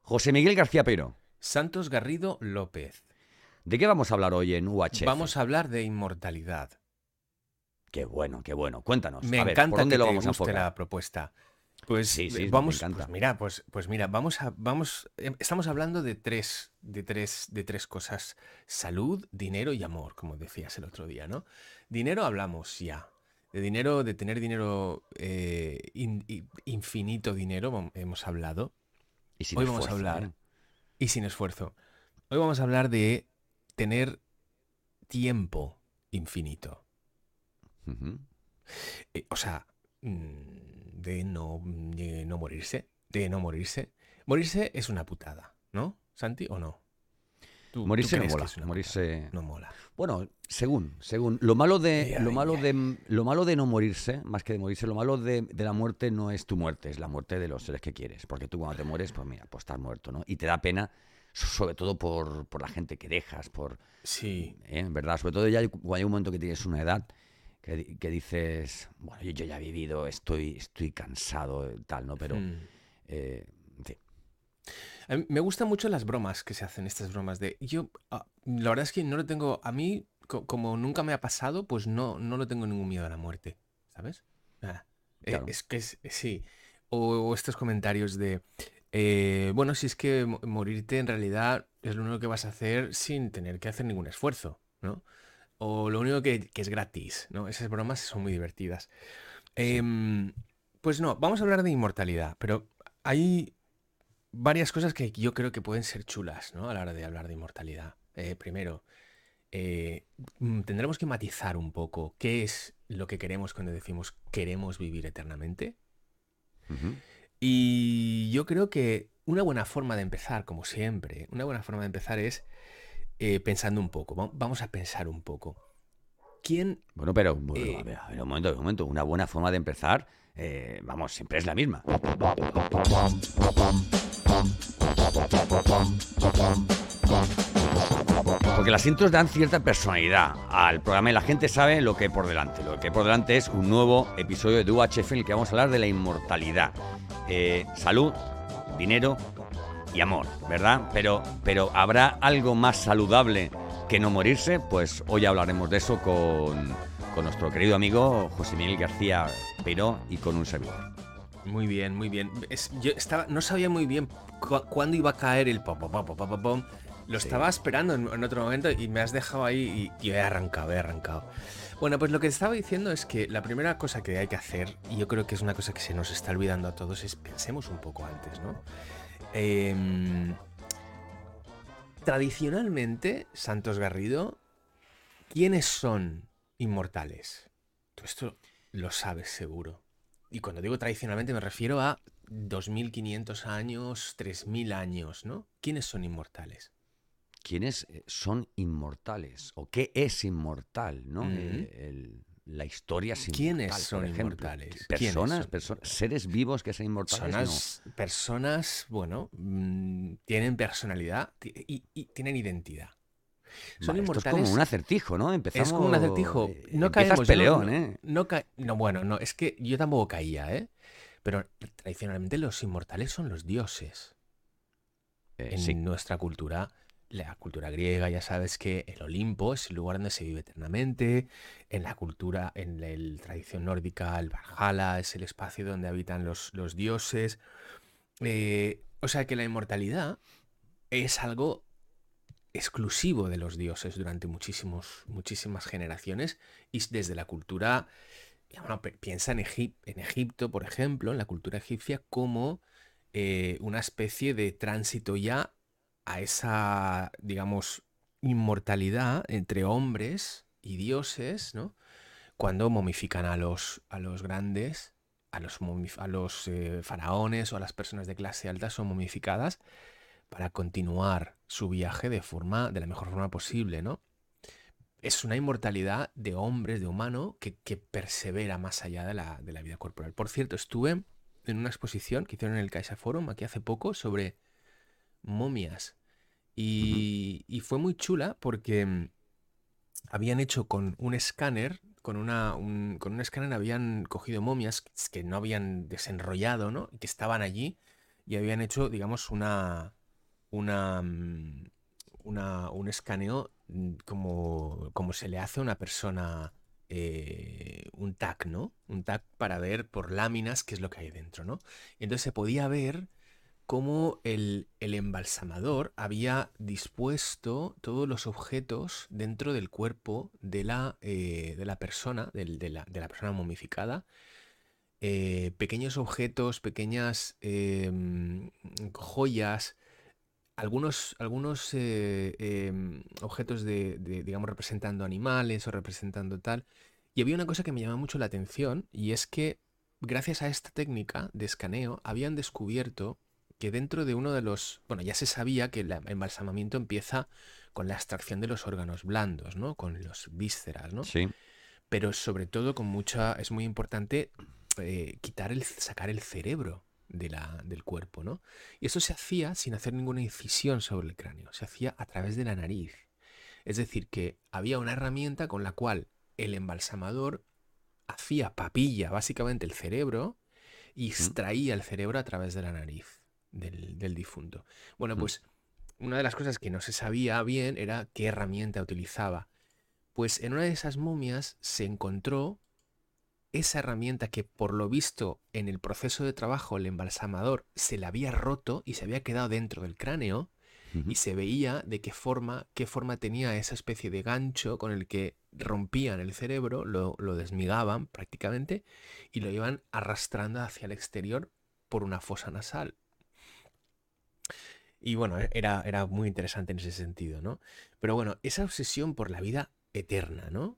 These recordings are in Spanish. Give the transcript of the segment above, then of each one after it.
José Miguel García Peiro. Santos Garrido López. ¿De qué vamos a hablar hoy en UHF? Vamos a hablar de inmortalidad. Qué bueno, qué bueno. Cuéntanos. Me a ver, encanta ¿por dónde que lo te vamos a guste enfocar? la propuesta. Pues Sí, me vamos, encanta. pues mira, estamos hablando de tres cosas: salud, dinero y amor, como decías el otro día, ¿no? Dinero hablamos ya. De dinero, de tener dinero, infinito dinero, hemos hablado. Y sin Hoy vamos a esfuerzo, hablar, y sin esfuerzo. Hoy vamos a hablar de tener tiempo infinito. Ujú. O sea, de no morirse. De no morirse. Morirse es una putada, ¿no, Santi? ¿O no? ¿Tú Morirse no crees que mola. es una Morirse. putada? No mola. Bueno, según. Lo malo de, Ay, lo ay, malo ay. de, lo malo de no morirse, más que de morirse, lo malo de la muerte no es tu muerte, es la muerte de los seres que quieres. Porque tú cuando te mueres, pues mira, pues estás muerto, ¿no? Y te da pena, sobre todo por la gente que dejas, Sí. ¿verdad? Sobre todo ya cuando hay un momento que tienes una edad que dices, bueno, yo ya he vivido, estoy cansado, tal, ¿no? Pero, Hmm. sí. A mí me gustan mucho las bromas que se hacen, estas bromas de... la verdad es que no lo tengo... A mí, como nunca me ha pasado, pues no lo tengo ningún miedo a la muerte, ¿sabes? Ah, Claro. sí. O estos comentarios de... bueno, si es que morirte en realidad es lo único que vas a hacer sin tener que hacer ningún esfuerzo, ¿no? O lo único que es gratis, ¿no? Esas bromas son muy divertidas. Sí. Em, pues no, vamos a hablar de inmortalidad, pero hay varias cosas que yo creo que pueden ser chulas, ¿no? A la hora de hablar de inmortalidad. Primero, tendremos que matizar un poco qué es lo que queremos cuando decimos queremos vivir eternamente. Ujú. Y yo creo que una buena forma de empezar, como siempre, una buena forma de empezar es pensando un poco. Vamos a pensar un poco. ¿Quién? Bueno, pero eh, a ver, un momento. Una buena forma de empezar, vamos, siempre es la misma. Porque las intros dan cierta personalidad al programa y la gente sabe lo que hay por delante. Lo que hay por delante es un nuevo episodio de UHF en el que vamos a hablar de la inmortalidad. Salud, dinero y amor, ¿verdad? Pero ¿habrá algo más saludable que no morirse? Pues hoy hablaremos de eso con nuestro querido amigo José Miguel García Peiro y con un servidor. Muy bien, muy bien. No sabía muy bien cuándo iba a caer el pom, pom, pom, pom, pom, pom. Lo Sí. estaba esperando en otro momento y me has dejado ahí y he arrancado. Bueno, pues lo que estaba diciendo es que la primera cosa que hay que hacer, y yo creo que es una cosa que se nos está olvidando a todos, es pensemos un poco antes, ¿no? Tradicionalmente, Santos Garrido, ¿quiénes son inmortales? Tú esto lo sabes seguro. Y cuando digo tradicionalmente me refiero a 2500 años, 3000 años, ¿no? ¿Quiénes son inmortales? ¿Quiénes son inmortales? ¿O qué es inmortal? ¿No? Mm. La historia es ¿Quiénes inmortal, por son ejemplo. inmortales? ¿Quiénes Personas, son inmortales? seres vivos que sean inmortales, no. Personas, bueno, tienen personalidad y tienen identidad. Son Vale, esto es como un inmortales. acertijo, ¿no? Es como un Empezamos. acertijo. No Empiezas caemos. Yo no, peleón, no, ¿eh? no, no, bueno, no, es que yo tampoco caía, ¿eh? Pero tradicionalmente los inmortales son los dioses. Sí. En nuestra cultura, la cultura griega, ya sabes que el Olimpo es el lugar donde se vive eternamente. En la cultura, en la tradición nórdica, el Valhalla es el espacio donde habitan los dioses. O sea que la inmortalidad es algo exclusivo de los dioses durante muchísimas generaciones y desde la cultura, bueno, piensa en Egipto, por ejemplo, en la cultura egipcia como una especie de tránsito ya a esa, digamos, inmortalidad entre hombres y dioses, ¿no? Cuando momifican a los grandes, a los faraones o a las personas de clase alta son momificadas para continuar su viaje de la mejor forma posible, ¿no? Es una inmortalidad de hombres, de humano, que persevera más allá de la vida corporal. Por cierto, estuve en una exposición que hicieron en el Caixa Forum aquí hace poco sobre momias. Ujú. Y fue muy chula porque habían hecho con un escáner, con un escáner habían cogido momias que no habían desenrollado, ¿no? Y que estaban allí y habían hecho, digamos, una, un escaneo como se le hace a una persona, un TAC, ¿no? Un TAC para ver por láminas qué es lo que hay dentro, ¿no? Y entonces se podía ver cómo el embalsamador había dispuesto todos los objetos dentro del cuerpo de la persona, de la persona momificada, pequeños objetos, pequeñas joyas, algunos objetos digamos, representando animales o representando tal. Y había una cosa que me llama mucho la atención y es que gracias a esta técnica de escaneo habían descubierto que dentro de uno de los... Bueno, ya se sabía que el embalsamamiento empieza con la extracción de los órganos blandos, ¿no? Con los vísceras, ¿no? Sí. Pero sobre todo con mucha... Es muy importante sacar el cerebro del cuerpo, ¿no? Y eso se hacía sin hacer ninguna incisión sobre el cráneo, se hacía a través de la nariz. Es decir, que había una herramienta con la cual el embalsamador hacía papilla, básicamente el cerebro, y Mm, extraía el cerebro a través de la nariz del difunto. Bueno, mm, pues una de las cosas que no se sabía bien era qué herramienta utilizaba. Pues en una de esas momias se encontró esa herramienta que por lo visto en el proceso de trabajo el embalsamador se le había roto y se había quedado dentro del cráneo y ujú. se veía de qué forma tenía esa especie de gancho con el que rompían el cerebro, lo desmigaban prácticamente y lo iban arrastrando hacia el exterior por una fosa nasal. Y bueno, era muy interesante en ese sentido, ¿no? Pero bueno, esa obsesión por la vida eterna, ¿no?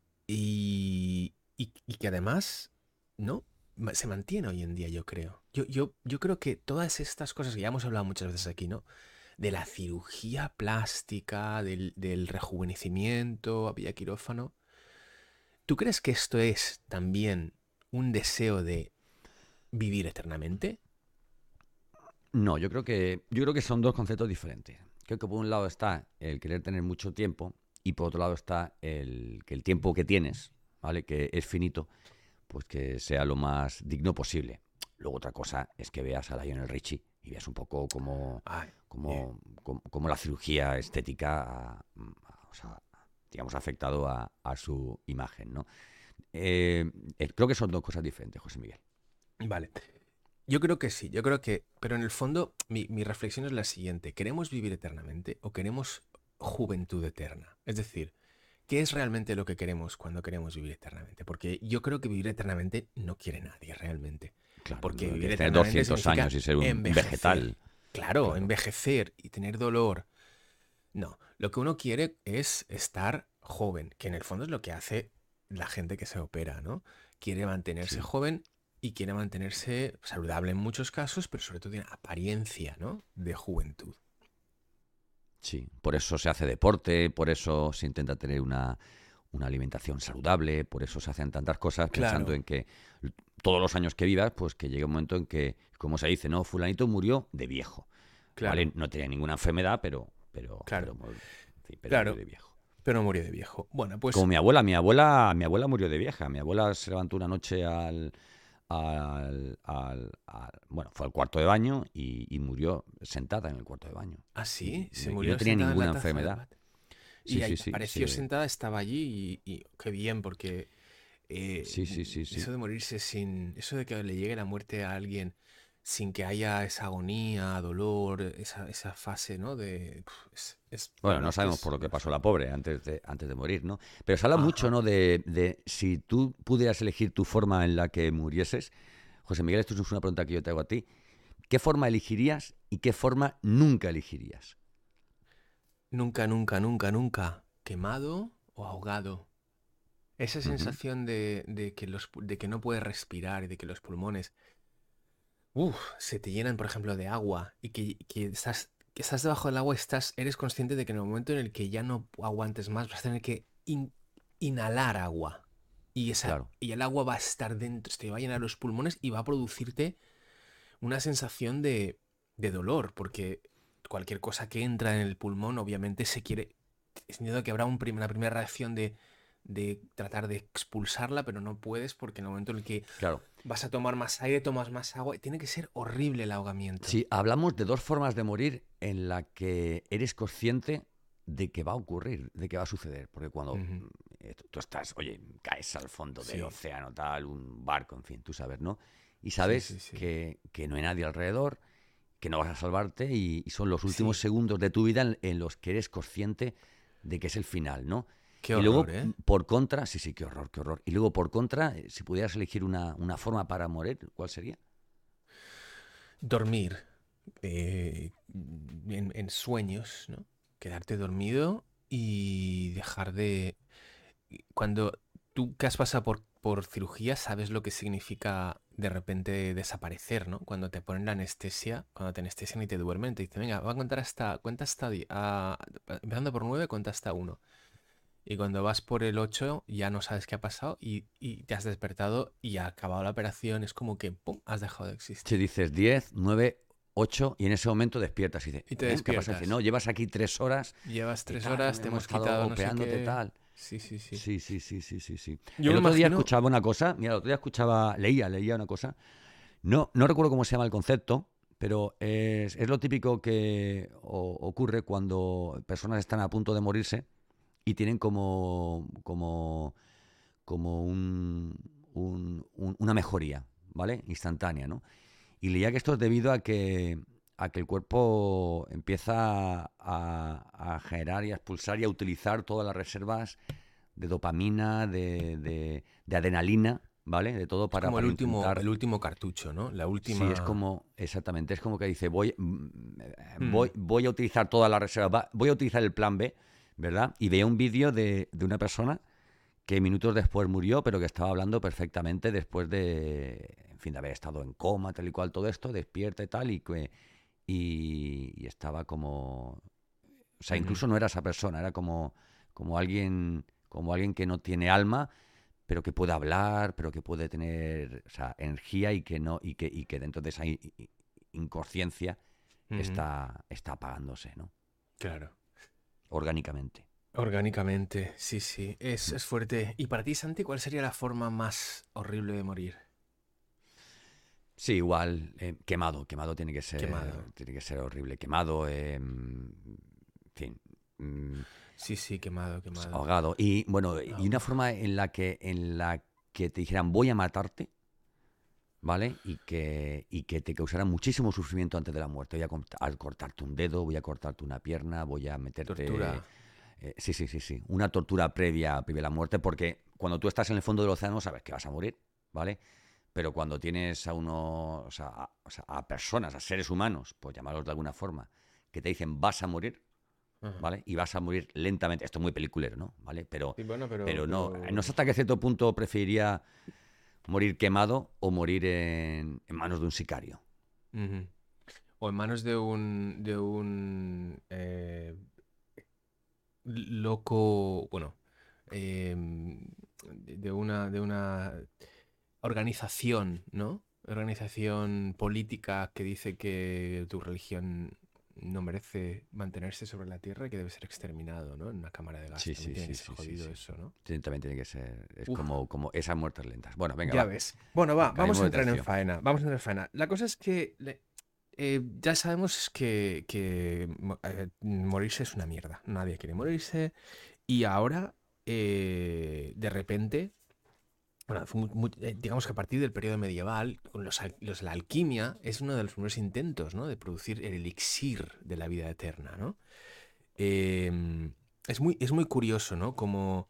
Y que además, ¿no? Se mantiene hoy en día, yo creo. Yo creo que todas estas cosas que ya hemos hablado muchas veces aquí, ¿no? De la cirugía plástica, del rejuvenecimiento, vía quirófano. ¿Tú crees que esto es también un deseo de vivir eternamente? No, yo creo que son dos conceptos diferentes. Creo que por un lado está el querer tener mucho tiempo y por otro lado está el que el tiempo que tienes, ¿vale? Que es finito, pues que sea lo más digno posible. Luego otra cosa es que veas a Lionel Richie y veas un poco cómo, Ay, eh, cómo, cómo la cirugía estética o sea, digamos, ha afectado a su imagen, ¿no? Creo que son dos cosas diferentes, José Miguel. vale. Yo creo que sí, yo creo que, pero en el fondo mi reflexión es la siguiente. ¿Queremos vivir eternamente o queremos juventud eterna? Es decir, ¿qué es realmente lo que queremos cuando queremos vivir eternamente? Porque yo creo que vivir eternamente no quiere nadie realmente. Claro, Porque no vivir quieres tener eternamente 200 significa años y ser un envejecer. vegetal. Claro, Claro. envejecer y tener dolor. No, lo que uno quiere es estar joven, que en el fondo es lo que hace la gente que se opera, ¿no? Quiere mantenerse Sí, joven y quiere mantenerse saludable en muchos casos, pero sobre todo tiene apariencia, ¿no? De juventud. sí. Por eso se hace deporte, por eso se intenta tener una alimentación saludable, por eso se hacen tantas cosas pensando Claro, en que todos los años que vivas, pues que llegue un momento en que, como se dice, no, fulanito murió de viejo, ¿vale? claro, No tenía ninguna enfermedad, claro, pero murió claro, de viejo. pero murió de viejo. Bueno, Como pues mi abuela murió de vieja. Mi abuela se levantó una noche bueno, fue al cuarto de baño y murió sentada en el cuarto de baño. así, se Y no murió tenía sentada en la ninguna taza del enfermedad. váter. Sí, Y sí, ahí sí, apareció sentada, estaba allí y qué bien, porque eh, sí, sí, sí, sí. eso de morirse sin, eso de que le llegue la muerte a alguien sin que haya esa agonía, dolor, esa fase, ¿no? La Bueno, verdad no es que sabemos es por lo que pasó la maravilloso. pobre antes de morir, ¿no? Pero se habla mucho, Ajá. ¿no? De si tú pudieras elegir tu forma en la que murieses. José Miguel, esto es una pregunta que yo te hago a ti. ¿Qué forma elegirías y qué forma nunca elegirías? Nunca, nunca, nunca, nunca quemado o ahogado. Esa Ujú. sensación de que no puedes respirar y de que los pulmones, se te llenan, por ejemplo, de agua y que estás debajo del agua, eres consciente de que en el momento en el que ya no aguantes más, vas a tener que inhalar agua. Claro. Y el agua va a estar dentro, te va a llenar los pulmones y va a producirte una sensación de dolor, porque cualquier cosa que entra en el pulmón, obviamente se quiere. Entiendo que habrá una primera reacción de tratar de expulsarla, pero no puedes porque en el momento en el que Claro. vas a tomar más aire, tomas más agua, tiene que ser horrible el ahogamiento. Sí, hablamos de dos formas de morir en la que eres consciente de que va a ocurrir, de que va a suceder. Porque cuando Ujú. tú estás, oye, caes al fondo del Sí, océano, tal, un barco, en fin, tú sabes, ¿no? Y sí, sabes sí, sí. que no hay nadie alrededor, que no vas a salvarte y son los últimos Sí, segundos de tu vida en los que eres consciente de que es el final, ¿no? qué Y horror, luego, ¿eh? por contra, sí, sí, qué horror, qué horror. Y luego, por contra, si pudieras elegir una forma para morir, ¿cuál sería? Dormir en sueños, ¿no? Quedarte dormido y dejar de... Cuando tú que has pasado por cirugía sabes lo que significa de repente desaparecer, ¿no? Cuando te ponen la anestesia, cuando te anestesian y te duermen, te dicen, venga, va a contar hasta, cuenta hasta, empezando por 9 cuenta hasta uno. Y cuando vas por el 8 ya no sabes qué ha pasado y te has despertado y ha acabado la operación, es como que, ¡pum!, has dejado de Si existir. dices 10, 9, 8 y en ese momento despiertas y dices, Y te ¿qué pasa? Dice, no, despiertas. llevas aquí 3 horas Llevas y tres tal, horas, te hemos hemos estado quitado no sé opeándote qué. tal. Sí, sí, sí. Sí, sí, sí, sí, sí, sí. Yo El me otro día imagino. escuchaba una cosa, mira, el otro día escuchaba, leía una cosa, no recuerdo cómo se llama el concepto, pero es lo típico que ocurre cuando personas están a punto de morirse y tienen como una mejoría, ¿vale? Instantánea, ¿no? Y leía que esto es debido a que el cuerpo empieza a generar y a expulsar y a utilizar todas las reservas de dopamina, de adrenalina, ¿vale? De todo Es para, como para intentar. el último cartucho, ¿no? La Sí, es última. como, exactamente, es como que dice, voy, Hmm. voy a utilizar toda la reserva, voy a utilizar el plan B, ¿verdad? Y veía un vídeo de una persona que minutos después murió, pero que estaba hablando perfectamente después en fin, de haber estado en coma, tal y cual, todo esto, despierta y tal, y estaba como, o sea, Ujú, incluso no era esa persona, era como alguien que no tiene alma, pero que puede hablar, pero que puede tener, o sea, energía y que no, y que dentro de esa inconsciencia ujú. está apagándose, ¿no? Claro. Orgánicamente. Orgánicamente, sí, sí. Mm. Es fuerte. ¿Y para ti, Santi, cuál sería la forma más horrible de morir? Sí, igual, quemado Quemado. tiene que ser horrible, quemado, en fin, Sí, sí, quemado, quemado. ahogado. Y bueno, Ah, y una uf. forma en la que te dijeran voy a matarte, ¿vale? Y que te causara muchísimo sufrimiento antes de la muerte. Voy a cortarte un dedo, voy a cortarte una pierna, voy a meterte. Tortura. Sí, sí, sí, sí. Una tortura previa a la muerte, porque cuando tú estás en el fondo del océano sabes que vas a morir, ¿vale? Pero cuando tienes a unos, o sea, a personas, a seres humanos, por llamarlos de alguna forma, que te dicen vas a morir, Ajá. ¿vale? Y vas a morir lentamente. Esto es muy peliculero, ¿no? ¿Vale? Pero, Sí, bueno, pero no, pero... no sé hasta qué cierto punto preferiría morir quemado o morir en manos de un sicario. Ujú. O en manos de un loco, bueno, de una organización, ¿no? Organización política que dice que tu religión no merece mantenerse sobre la tierra y que debe ser exterminado, ¿no? En una cámara de gas. Sí, También sí, tiene que sí, ser sí, sí, jodido sí. eso, ¿no? Sí, también tiene que ser. Es Uf, como esas muertes lentas. Bueno, venga, ya va. ves. Bueno, va, vamos Cambiemos a de entrar en tercio. faena. Vamos a entrar en faena. La cosa es que ya sabemos que morirse es una mierda. Nadie quiere morirse. Y ahora, de repente, bueno, digamos que a partir del periodo medieval, con la alquimia es uno de los primeros intentos, ¿no? De producir el elixir de la vida eterna, ¿no? Es muy curioso, ¿no? Como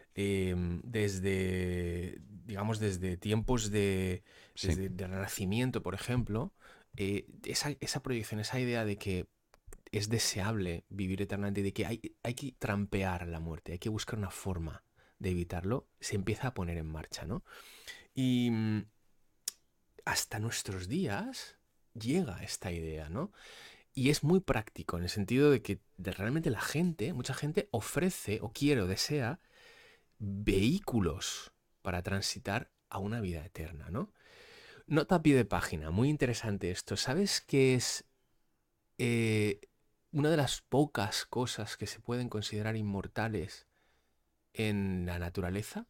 desde tiempos Sí, desde el Renacimiento, por ejemplo, esa proyección, esa idea de que es deseable vivir eternamente y de que hay que trampear la muerte, hay que buscar una forma de evitarlo, se empieza a poner en marcha, ¿no? Y hasta nuestros días llega esta idea, ¿no? Y es muy práctico en el sentido de que realmente mucha gente ofrece o quiere o desea vehículos para transitar a una vida eterna, ¿no? Nota a pie de página, muy interesante esto. ¿Sabes qué es eh, una de las pocas cosas que se pueden considerar inmortales en la naturaleza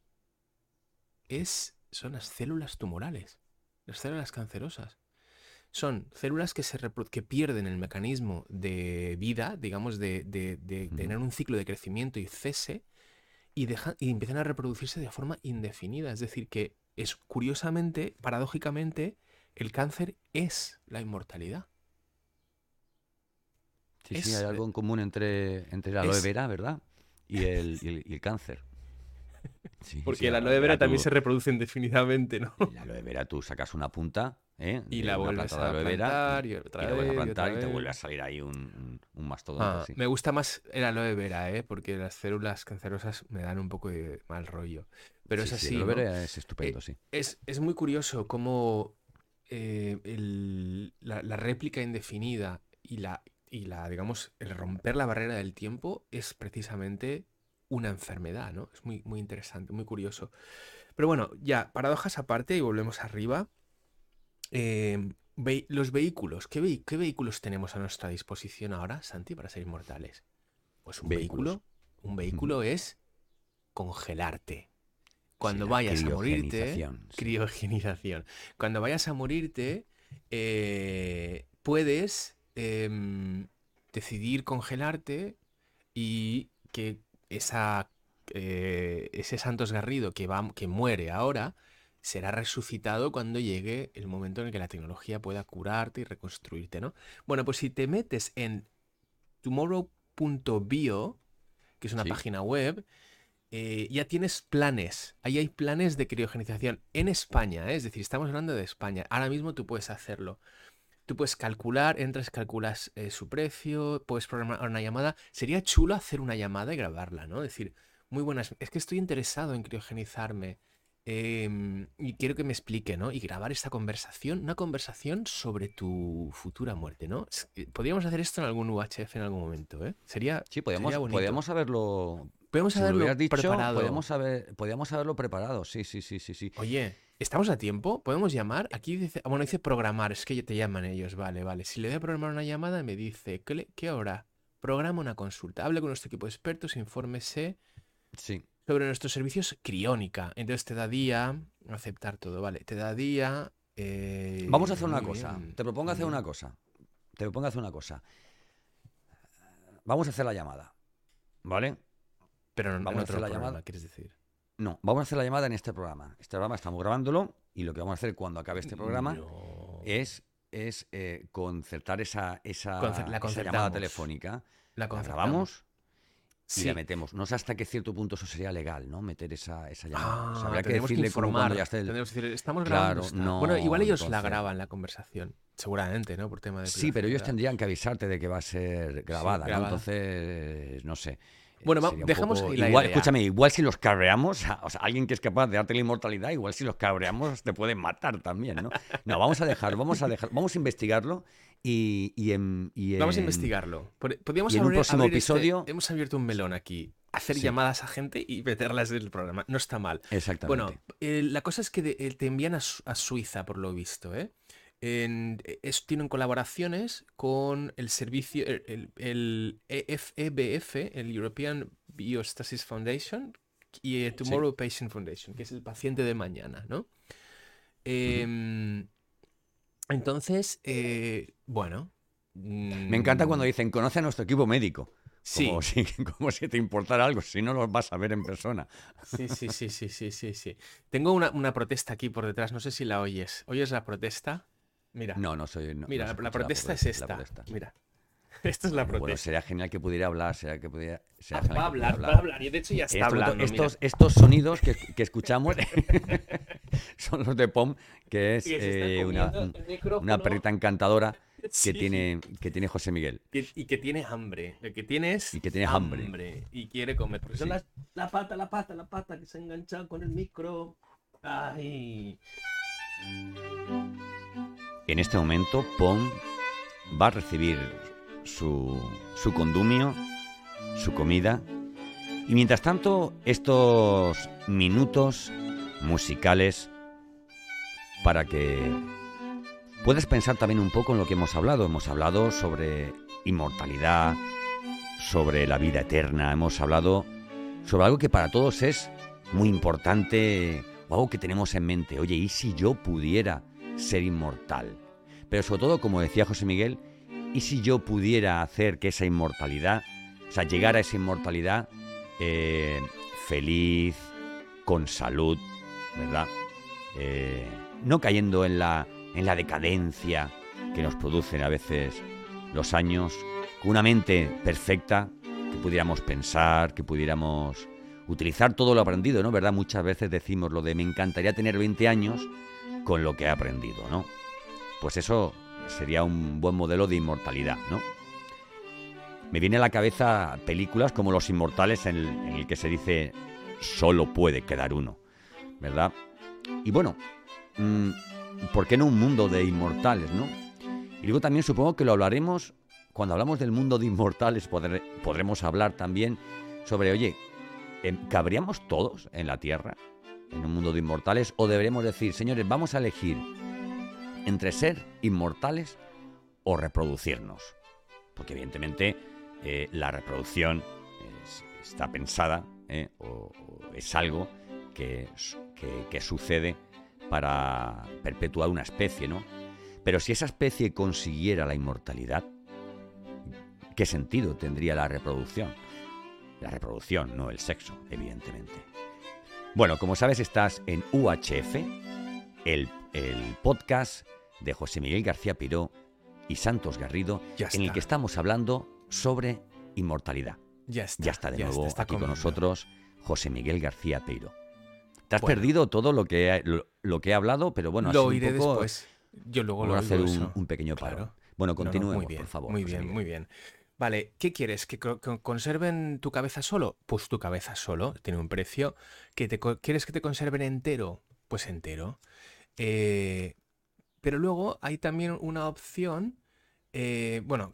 son las células tumorales, las células cancerosas. Son células que pierden el mecanismo de vida, digamos, de tener un ciclo de crecimiento y cese, y empiezan a reproducirse de forma indefinida. Es decir, que curiosamente, paradójicamente, el cáncer es la inmortalidad. Sí, hay algo en común entre la aloe vera, ¿verdad? Y el cáncer. Sí, porque la aloe vera también se reproduce indefinidamente, ¿no? La aloe vera, tú sacas una punta, y la vuelves a plantar, y otra vez, la vuelves a plantar y te vuelve a salir ahí un mastodonte. Sí. Me gusta más el aloe vera, porque las células cancerosas me dan un poco de mal rollo. Pero es así, sí, el aloe vera es estupendo, sí. Es muy curioso cómo la réplica indefinida y digamos, el romper la barrera del tiempo es precisamente una enfermedad, ¿no? Es muy, muy interesante, muy curioso. Pero bueno, ya, paradojas aparte y volvemos arriba. Los vehículos. ¿Qué vehículos tenemos a nuestra disposición ahora, Santi, para ser inmortales? Pues un vehículo es congelarte. Cuando vayas a morirte, criogenización. Cuando vayas a morirte, puedes decidir congelarte y que ese Santos Garrido que muere ahora será resucitado cuando llegue el momento en el que la tecnología pueda curarte y reconstruirte, ¿no? Bueno, pues si te metes en tomorrow.bio, que es una página web, ya tienes planes. Ahí hay planes de criogenización en España, es decir, estamos hablando de España. Ahora mismo tú puedes hacerlo. Tú puedes calculas su precio, puedes programar una llamada. Sería chulo hacer una llamada y grabarla, ¿no? Decir, muy buenas, es que estoy interesado en criogenizarme y quiero que me explique, ¿no? Y grabar esta conversación, una conversación sobre tu futura muerte, ¿no? Podríamos hacer esto en algún UHF en algún momento, ¿eh? Sería bonito. Podríamos haberlo... Podemos haberlo preparado. Podríamos haberlo preparado, sí. Oye, ¿estamos a tiempo? ¿Podemos llamar? Aquí dice programar, es que te llaman ellos, vale. Si le doy a programar una llamada, me dice, ¿qué hora? Programa una consulta, hable con nuestro equipo de expertos, infórmese sobre nuestros servicios criónica. Entonces te da día, aceptar todo, vale, te da día... Vamos a hacer una cosa, te propongo hacer una cosa. Vamos a hacer la llamada, ¿vale? Pero vamos a hacer la llamada, ¿quieres decir? No, vamos a hacer la llamada en este programa. Este programa estamos grabándolo y lo que vamos a hacer cuando acabe este programa es concertar esa llamada telefónica. La grabamos y la metemos. No sé hasta qué cierto punto eso sería legal, ¿no? Meter esa llamada. O sea, habría que decirle informar. Tendremos que decir, estamos grabando. Bueno, igual ellos la graban la conversación. Seguramente, ¿no? Por tema de sí, pero ellos tendrían que avisarte de que va a ser grabada, ¿no? Entonces, no sé. Bueno, dejamos ahí la igual, idea. Escúchame, igual si los cabreamos, o sea, alguien que es capaz de darte la inmortalidad, igual si los cabreamos te pueden matar también, ¿no? No, vamos a investigarlo vamos a investigarlo. Podríamos en un próximo episodio... hemos abierto un melón aquí. Hacer llamadas a gente y meterlas en el programa. No está mal. Exactamente. Bueno, la cosa es que te envían a Suiza, por lo visto, ¿eh? Tienen colaboraciones con el servicio, el EFEBF, el European Biostasis Foundation, y Tomorrow Patient Foundation, que es el paciente de mañana, ¿no? Entonces, bueno... Me encanta cuando dicen, conoce a nuestro equipo médico. Como si te importara algo, si no los vas a ver en persona. Sí. Tengo una protesta aquí por detrás, no sé si la oyes. ¿Oyes la protesta? Mira. No soy. Mira, la protesta es esta. Mira. Esta es la protesta. Bueno, sería genial que pudiera hablar. Va a hablar. Y de hecho ya está hablando. Estos sonidos que escuchamos son los de Pom, que es una perrita encantadora que tiene José Miguel. Y que tiene hambre. Lo que tiene es hambre. Y quiere comer. Porque son la pata que se ha enganchado con el micro. Ay. En este momento, Pom va a recibir su condumio, su comida. Y mientras tanto, estos minutos musicales para que puedas pensar también un poco en lo que hemos hablado. Hemos hablado sobre inmortalidad, sobre la vida eterna. Hemos hablado sobre algo que para todos es muy importante o algo que tenemos en mente. Oye, ¿y si yo pudiera ser inmortal? Pero sobre todo, como decía José Miguel, ¿y si yo pudiera hacer que esa inmortalidad, o sea, llegar a esa inmortalidad feliz, con salud, ¿verdad? No cayendo en la decadencia que nos producen a veces los años, con una mente perfecta, que pudiéramos pensar, que pudiéramos utilizar todo lo aprendido, ¿no? ¿Verdad? Muchas veces decimos lo de me encantaría tener 20 años con lo que he aprendido, ¿no? Pues eso sería un buen modelo de inmortalidad, ¿no? Me viene a la cabeza películas como Los Inmortales, en el que se dice solo puede quedar uno, ¿verdad? Y bueno, ¿por qué no un mundo de inmortales, no? Y luego también supongo que lo hablaremos, cuando hablamos del mundo de inmortales, podremos hablar también sobre, oye, ¿cabríamos todos en la Tierra, en un mundo de inmortales? ¿O deberemos decir, señores, vamos a elegir entre ser inmortales o reproducirnos? Porque evidentemente la reproducción está pensada o es algo que sucede para perpetuar una especie, ¿no? Pero si esa especie consiguiera la inmortalidad, ¿qué sentido tendría la reproducción? La reproducción, no el sexo, evidentemente. Bueno, como sabes, estás en UHF, el podcast de José Miguel García Peiró y Santos Garrido, en el que estamos hablando sobre inmortalidad. Ya está de nuevo aquí con nosotros José Miguel García Peiró. Te has perdido todo lo que he hablado, pero bueno, lo oiré después. Yo luego lo voy a hacer eso. un pequeño paro. Claro. Bueno, continuemos, muy bien, por favor. Muy bien, muy bien. Vale, ¿qué quieres? ¿Que conserven tu cabeza solo? Pues tu cabeza solo, tiene un precio. ¿Quieres que te conserven entero? Pues entero. Pero luego hay también una opción, bueno,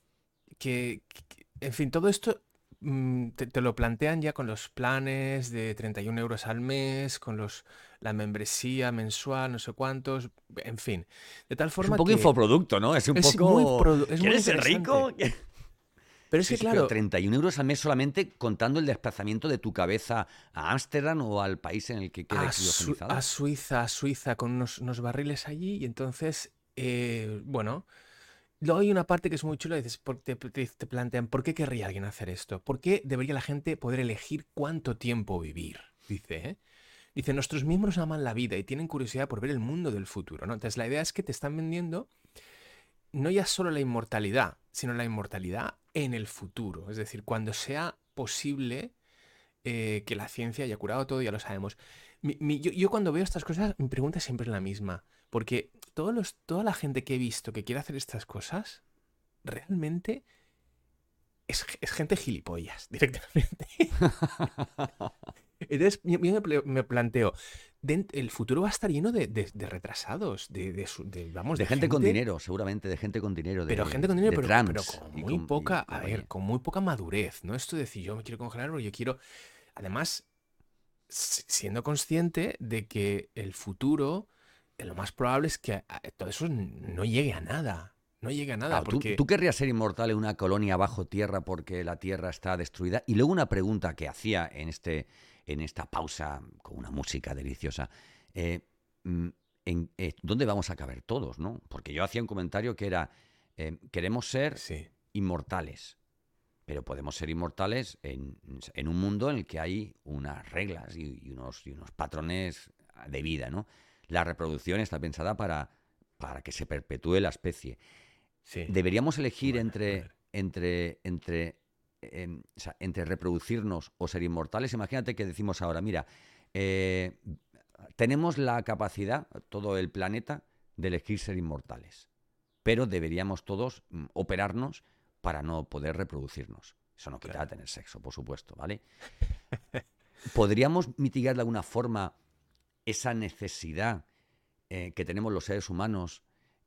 en fin, todo esto te lo plantean ya con los planes de 31 euros al mes, con la membresía mensual, no sé cuántos, en fin. De tal forma es un poco que infoproducto, ¿no? Es un poco... ¿Quieres ser rico? Pero es que claro... Pero 31 euros al mes solamente contando el desplazamiento de tu cabeza a Ámsterdam o al país en el que quede criogenizado. A Suiza, con unos barriles allí, y entonces, bueno... Luego hay una parte que es muy chula, dices, te plantean, ¿por qué querría alguien hacer esto? ¿Por qué debería la gente poder elegir cuánto tiempo vivir? Dice, nuestros miembros aman la vida y tienen curiosidad por ver el mundo del futuro, ¿no? Entonces la idea es que te están vendiendo no ya solo la inmortalidad, sino la inmortalidad en el futuro. Es decir, cuando sea posible que la ciencia haya curado todo, ya lo sabemos. Yo cuando veo estas cosas, mi pregunta siempre es la misma. Porque toda la gente que he visto que quiere hacer estas cosas, realmente es gente gilipollas, directamente. Entonces, yo me planteo, el futuro va a estar lleno de retrasados, de gente con dinero, seguramente, de gente con dinero. Pero gente con dinero, pero con con muy poca madurez, ¿no? Esto de decir, yo me quiero congelar o yo quiero... Además, siendo consciente de que el futuro... lo más probable es que todo eso no llegue a nada. No llegue a nada. Claro, porque... ¿Tú querrías ser inmortal en una colonia bajo tierra porque la tierra está destruida? Y luego una pregunta que hacía en esta pausa con una música deliciosa. ¿Dónde vamos a caber todos, no? Porque yo hacía un comentario que era, queremos ser inmortales, pero podemos ser inmortales en un mundo en el que hay unas reglas y unos patrones de vida, ¿no? La reproducción está pensada para que se perpetúe la especie. Sí. ¿Deberíamos elegir entre reproducirnos o ser inmortales? Imagínate que decimos ahora, mira, tenemos la capacidad, todo el planeta, de elegir ser inmortales, pero deberíamos todos operarnos para no poder reproducirnos. Eso no quita tener sexo, por supuesto, ¿vale? ¿Podríamos mitigar de alguna forma esa necesidad que tenemos los seres humanos,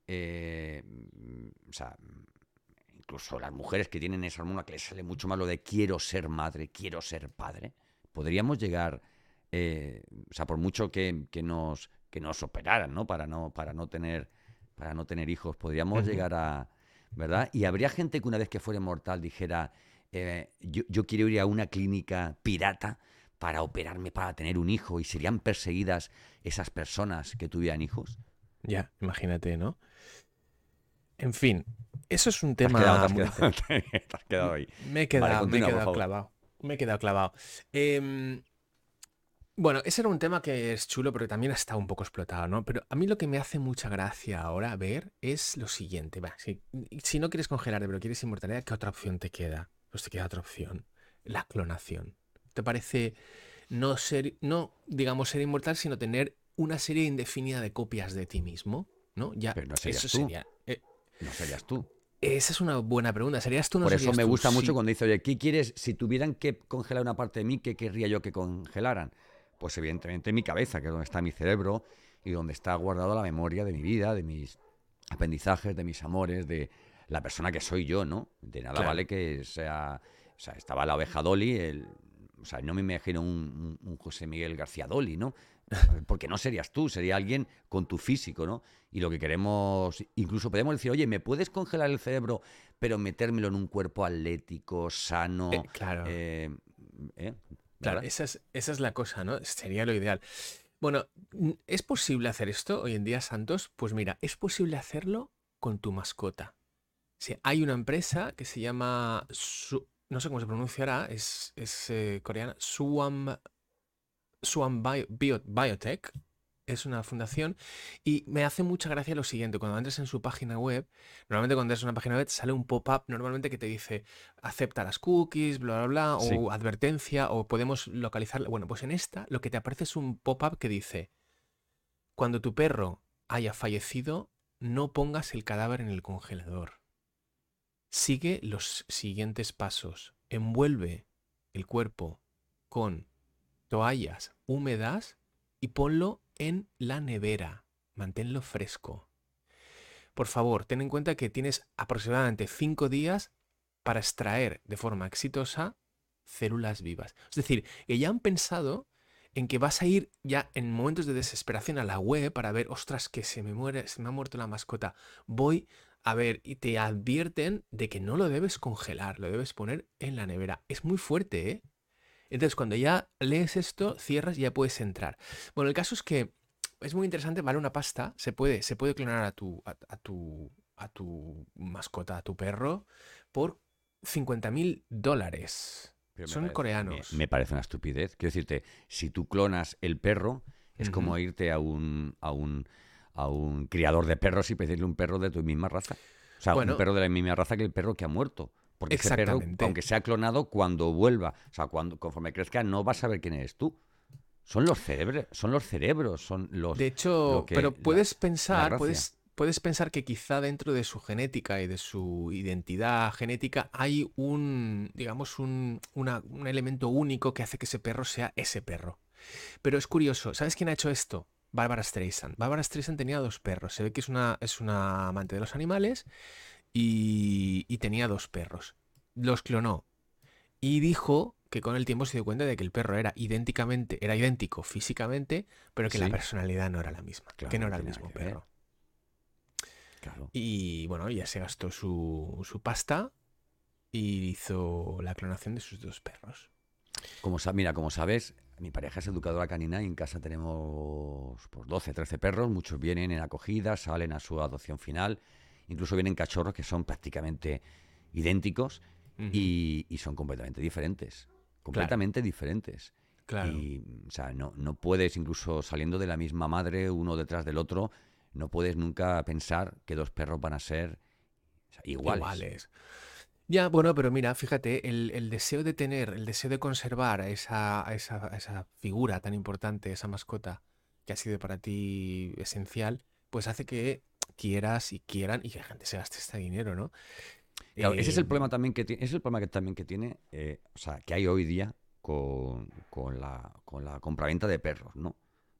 incluso las mujeres que tienen esa hormona que les sale mucho más lo de quiero ser madre, quiero ser padre? ¿Podríamos llegar, por mucho que nos operaran, ¿no? para no tener hijos, podríamos llegar a, ¿verdad? Y habría gente que una vez que fuera inmortal dijera, yo quiero ir a una clínica pirata para operarme para tener un hijo y serían perseguidas esas personas que tuvieran hijos. Ya, imagínate, ¿no? En fin, eso es un Te has quedado, te tema has muy quedado, interesante. te has quedado ahí. Me he Vale, quedado, me he continúa, por quedado favor. clavado. Me he quedado clavado. Em, bueno, ese era un tema que es chulo, pero también ha estado un poco explotado, ¿no? Pero a mí lo que me hace mucha gracia ahora ver es lo siguiente. Va, si no quieres congelarte, pero quieres inmortalidad, ¿qué otra opción te queda? Pues te queda otra opción. La clonación. ¿Te parece no ser, no, digamos, ser inmortal, sino tener una serie indefinida de copias de ti mismo? ¿No? Ya, Pero no eso serías tú, sería. no serías tú. Esa es una buena pregunta. ¿Serías tú o no Por eso serías me tú? gusta mucho Sí. cuando dice, oye, ¿qué quieres? Si tuvieran que congelar una parte de mí, ¿qué querría yo que congelaran? Pues evidentemente mi cabeza, que es donde está mi cerebro y donde está guardada la memoria de mi vida, de mis aprendizajes, de mis amores, de la persona que soy yo, ¿no? De nada Claro. vale que sea... O sea, estaba la oveja Dolly, o sea, no me imagino un José Miguel García Dolly, ¿no? Porque no serías tú, sería alguien con tu físico, ¿no? Y lo que queremos, incluso podemos decir, oye, ¿me puedes congelar el cerebro, pero metérmelo en un cuerpo atlético, sano, Claro. eh, Claro, ¿verdad? esa es la cosa, ¿no? Sería lo ideal. Bueno, ¿es posible hacer esto hoy en día, Santos? Pues mira, es posible hacerlo con tu mascota. Sí, hay una empresa que se llama, no sé cómo se pronunciará, es coreana, Biotech, es una fundación, y me hace mucha gracia lo siguiente, cuando entres en su página web, normalmente cuando entras en una página web sale un pop-up normalmente que te dice acepta las cookies, bla, bla, bla, Sí. o advertencia, o podemos localizarla. Bueno, pues en esta lo que te aparece es un pop-up que dice, cuando tu perro haya fallecido, no pongas el cadáver en el congelador. Sigue los siguientes pasos. Envuelve el cuerpo con toallas húmedas y ponlo en la nevera. Manténlo fresco. Por favor, ten en cuenta que tienes aproximadamente 5 días para extraer de forma exitosa células vivas. Es decir, que ya han pensado en que vas a ir ya en momentos de desesperación a la web para ver, ostras, que se me muere, se me ha muerto la mascota. Voy a ver y te advierten de que no lo debes congelar, lo debes poner en la nevera. Es muy fuerte, ¿eh? Entonces, cuando ya lees esto, cierras y ya puedes entrar. Bueno, el caso es que es muy interesante, vale una pasta, se puede clonar a tu mascota, a tu perro, por $50.000. Pero Son me coreanos. parece una estupidez. Quiero decirte, si tú clonas el perro, es Ujú. como irte a un criador de perros y pedirle un perro de tu misma raza. O sea, un Bueno, perro de la misma raza que el perro que ha muerto. Porque ese perro, exactamente. aunque sea clonado, cuando vuelva, o sea, conforme crezca, no va a saber quién eres tú. Son los cerebros, son De lo hecho, que, pero la, puedes la pensar, gracia. puedes pensar que quizá dentro de su genética y de su identidad genética hay un, digamos, un elemento único que hace que ese perro sea ese perro. Pero es curioso, ¿sabes quién ha hecho esto? Barbara Streisand. Barbara Streisand tenía dos perros. Se ve que es una amante de los animales y tenía dos perros. Los clonó y dijo que con el tiempo se dio cuenta de que el perro era idéntico físicamente, pero que la Sí, personalidad no era la misma, que claro, no no era el tiene nada mismo que ver. perro. Claro. Y bueno, ya se gastó su pasta y hizo la clonación de sus dos perros. Mira, como sabes, mi pareja es educadora canina y en casa tenemos pues, 12, 13 perros. Muchos vienen en acogida, salen a su adopción final. Incluso vienen cachorros que son prácticamente idénticos Ujú. y son completamente diferentes. Claro, Completamente diferentes. claro. Y, o sea, no puedes, incluso saliendo de la misma madre, uno detrás del otro, no puedes nunca pensar que dos perros van a ser, o sea, iguales. Iguales. Ya, bueno, pero mira, fíjate, el deseo de tener, el deseo de conservar a esa figura tan importante, esa mascota que ha sido para ti esencial, pues hace que quieras y quieran y que la gente se gaste este dinero, ¿no? Claro, ese es Eh, el problema también que tiene, ese es el problema que también que tiene, o sea, que hay hoy día con la compraventa de perros, ¿no?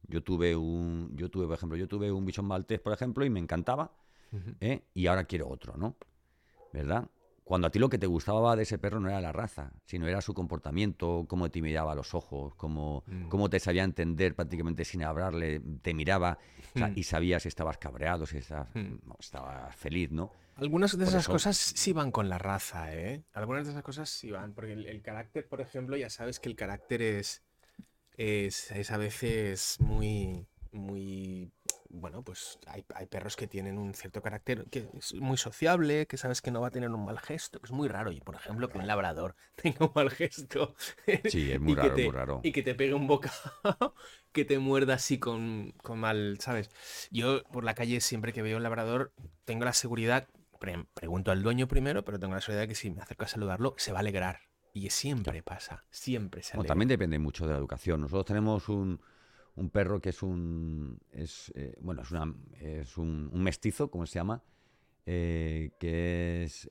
Por ejemplo, yo tuve un bichón maltés, por ejemplo, y me encantaba, ujú. y ahora quiero otro, ¿no? ¿Verdad? cuando a ti lo que te gustaba de ese perro no era la raza, sino era su comportamiento, cómo te miraba a los ojos, cómo te sabía entender prácticamente sin hablarle, te miraba, o sea, Mm, y sabía si estabas cabreado, si mm. estabas feliz, ¿no? Algunas de Por esas eso, cosas sí van con la raza, ¿eh? Algunas de esas cosas sí van, porque el carácter, por ejemplo, ya sabes que el carácter es a veces muy, bueno, pues hay perros que tienen un cierto carácter que es muy sociable, que sabes que no va a tener un mal gesto, que es muy raro, y por ejemplo, que un labrador tenga un mal gesto sí, es muy y que raro, es muy te, raro. y que te pegue un bocado, que te muerda así con mal, ¿sabes? Yo por la calle siempre que veo un labrador tengo la seguridad, pregunto al dueño primero, pero tengo la seguridad de que si me acerco a saludarlo, se va a alegrar. Y siempre pasa, siempre se Bueno, también alegra. depende mucho de la educación. Nosotros tenemos un perro que bueno, un mestizo, como se llama, que es,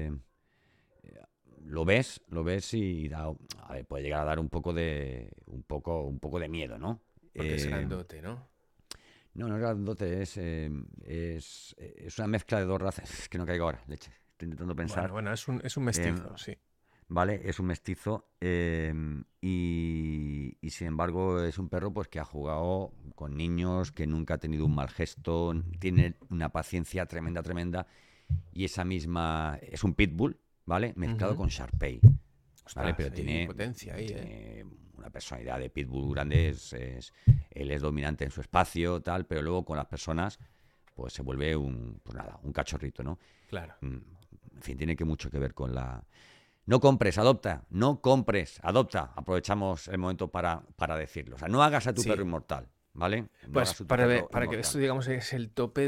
lo ves y a ver, puede llegar a dar un poco de miedo, ¿no? Porque es Eh, grandote, ¿no? no, no es grandote, es una mezcla de dos razas. Es que no caigo ahora, leche. Estoy intentando Bueno, pensar. bueno, es un Eh, mestizo, sí. ¿Vale? Es un mestizo y sin embargo es un perro pues que ha jugado con niños, que nunca ha tenido un mal gesto, tiene una paciencia tremenda, tremenda y esa misma es un pitbull, ¿vale? Mezclado Ujú. con Sharpei, ¿vale? Ostras, Pero hay potencia ahí, ¿eh? tiene una personalidad de pitbull grande, él es dominante en su espacio, tal, pero luego con las personas pues se vuelve pues nada, un cachorrito, ¿no? Claro. En fin, tiene que mucho que ver con la no compres, adopta. No compres, adopta. Aprovechamos el momento para decirlo. O sea, no hagas a tu perro Sí. inmortal, ¿vale? No Pues hagas a tu perro para que esto, inmortal. digamos, es el tope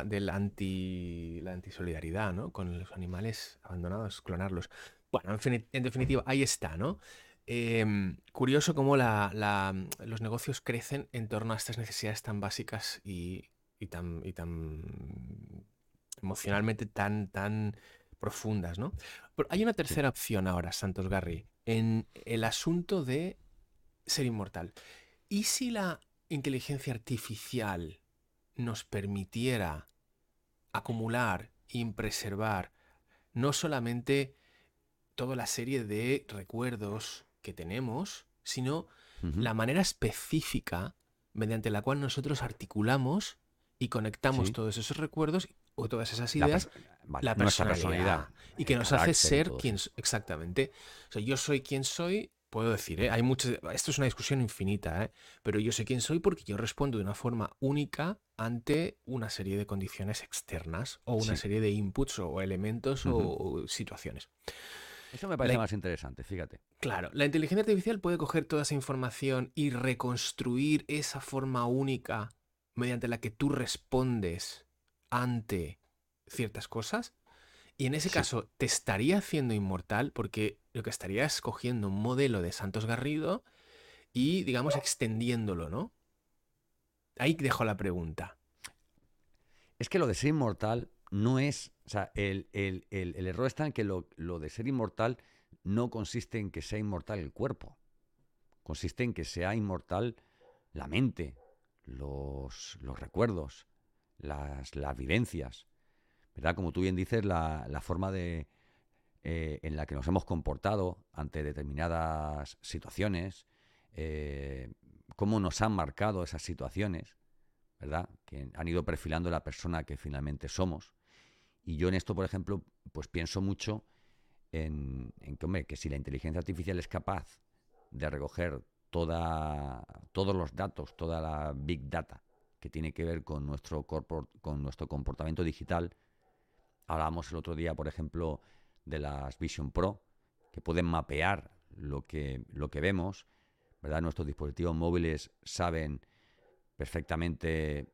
la antisolidaridad, ¿no? Con los animales abandonados, clonarlos. Bueno, en definitiva, ahí está, ¿no? Curioso cómo los negocios crecen en torno a estas necesidades tan básicas y tan emocionalmente tan profundas, ¿no? Pero hay una Sí. tercera opción ahora, Santos Garri, en el asunto de ser inmortal. ¿Y si la inteligencia artificial nos permitiera acumular y preservar no solamente toda la serie de recuerdos que tenemos, sino Ujú. la manera específica mediante la cual nosotros articulamos y conectamos Sí. todos esos recuerdos o todas esas La ideas, perso- vale. la Nuestra personalidad, personalidad, y que el nos hace carácter y ser todo quien eso. exactamente. O sea, yo soy quien soy, puedo decir, ¿eh? Hay muchas, esto es una discusión infinita, ¿eh? Pero yo sé quién soy porque yo respondo de una forma única ante una serie de condiciones externas o una Sí. serie de inputs o elementos Ujú. o situaciones. Eso me La parece más interesante, fíjate. Claro, la inteligencia artificial puede coger toda esa información y reconstruir esa forma única mediante la que tú respondes ante ciertas cosas. Y en ese Sí. caso, te estaría haciendo inmortal porque lo que estaría es cogiendo un modelo de Santos Garrido y, digamos, extendiéndolo, ¿no? Ahí dejo la pregunta. Es que lo de ser inmortal no es. O sea, el error está en que lo de ser inmortal no consiste en que sea inmortal el cuerpo. Consiste en que sea inmortal la mente, los recuerdos, las vivencias, ¿verdad? Como tú bien dices, la forma en la que nos hemos comportado ante determinadas situaciones, eh, cómo nos han marcado esas situaciones, ¿verdad? Que han ido perfilando la persona que finalmente somos. Y yo en esto, por ejemplo, pues pienso mucho en que, hombre, que si la inteligencia artificial es capaz de recoger todos los datos, toda la big data que tiene que ver con nuestro comportamiento digital. Hablábamos el otro día, por ejemplo, de las Vision Pro, que pueden mapear lo que vemos, ¿verdad? Nuestros dispositivos móviles saben perfectamente